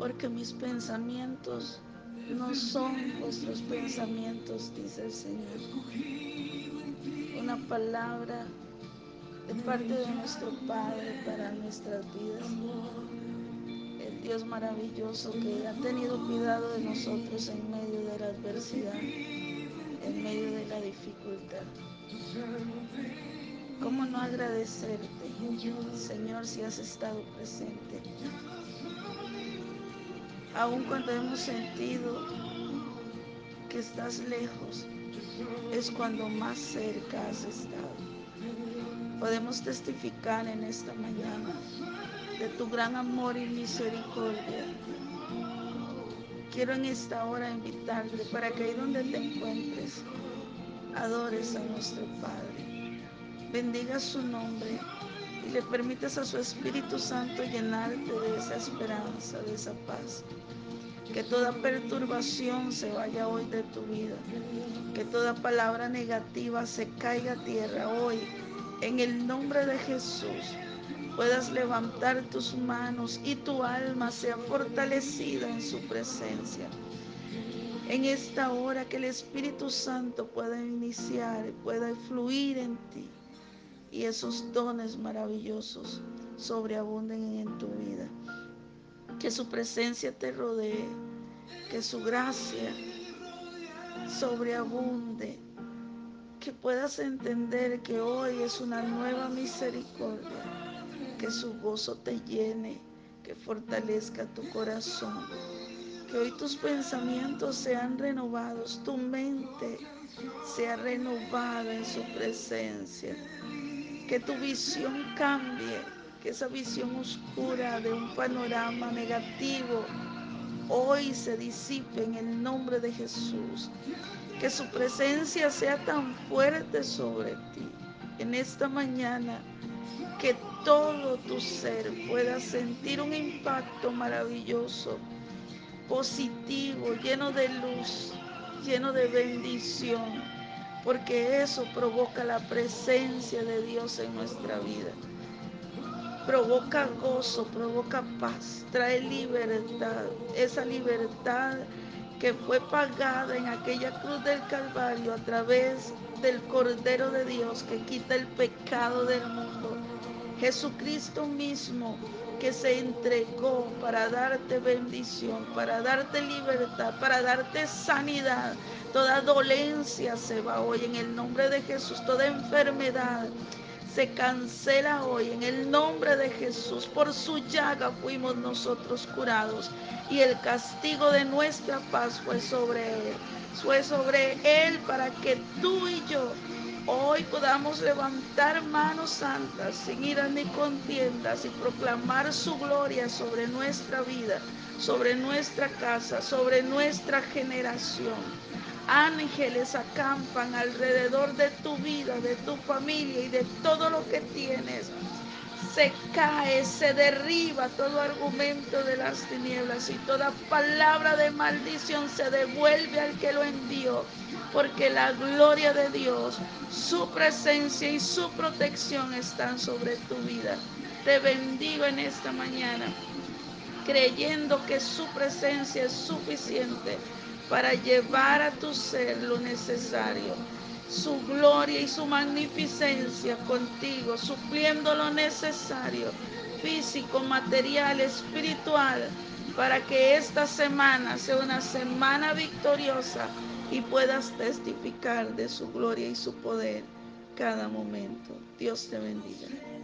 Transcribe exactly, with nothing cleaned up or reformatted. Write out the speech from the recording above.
porque mis pensamientos no son vuestros pensamientos, dice el Señor. Una palabra de parte de nuestro Padre para nuestras vidas. El Dios maravilloso que ha tenido cuidado de nosotros en medio de la adversidad, en medio de la dificultad. ¿Cómo no agradecerte, Señor, si has estado presente? Aun cuando hemos sentido que estás lejos, es cuando más cerca has estado. Podemos testificar en esta mañana de tu gran amor y misericordia. Quiero en esta hora invitarte para que ahí donde te encuentres, adores a nuestro Padre, bendiga su nombre y le permitas a su Espíritu Santo llenarte de esa esperanza, de esa paz. Que toda perturbación se vaya hoy de tu vida, que toda palabra negativa se caiga a tierra hoy. En el nombre de Jesús puedas levantar tus manos y tu alma sea fortalecida en su presencia. En esta hora que el Espíritu Santo pueda iniciar, pueda fluir en ti y esos dones maravillosos sobreabunden en tu vida. Que su presencia te rodee, que su gracia sobreabunde, que puedas entender que hoy es una nueva misericordia, que su gozo te llene, que fortalezca tu corazón, que hoy tus pensamientos sean renovados, tu mente sea renovada en su presencia, que tu visión cambie, que esa visión oscura de un panorama negativo hoy se disipe en el nombre de Jesús. Que su presencia sea tan fuerte sobre ti en esta mañana que todo tu ser pueda sentir un impacto maravilloso, positivo, lleno de luz, lleno de bendición, porque eso provoca la presencia de Dios en nuestra vida. Provoca gozo, provoca paz, trae libertad, esa libertad que fue pagada en aquella cruz del Calvario a través del Cordero de Dios que quita el pecado del mundo. Jesucristo mismo que se entregó para darte bendición, para darte libertad, para darte sanidad. Toda dolencia se va hoy en el nombre de Jesús, toda enfermedad se cancela hoy en el nombre de Jesús. Por su llaga fuimos nosotros curados y el castigo de nuestra paz fue sobre él. Fue sobre él para que tú y yo hoy podamos levantar manos santas sin ira ni contiendas y proclamar su gloria sobre nuestra vida, sobre nuestra casa, sobre nuestra generación. Ángeles acampan alrededor de tu vida, de tu familia y de todo lo que tienes. Se cae, se derriba todo argumento de las tinieblas y toda palabra de maldición se devuelve al que lo envió, porque la gloria de Dios, su presencia y su protección están sobre tu vida. Te bendigo en esta mañana, creyendo que su presencia es suficiente para llevar a tu ser lo necesario. Su gloria y su magnificencia contigo, supliendo lo necesario, físico, material, espiritual, para que esta semana sea una semana victoriosa y puedas testificar de su gloria y su poder cada momento. Dios te bendiga.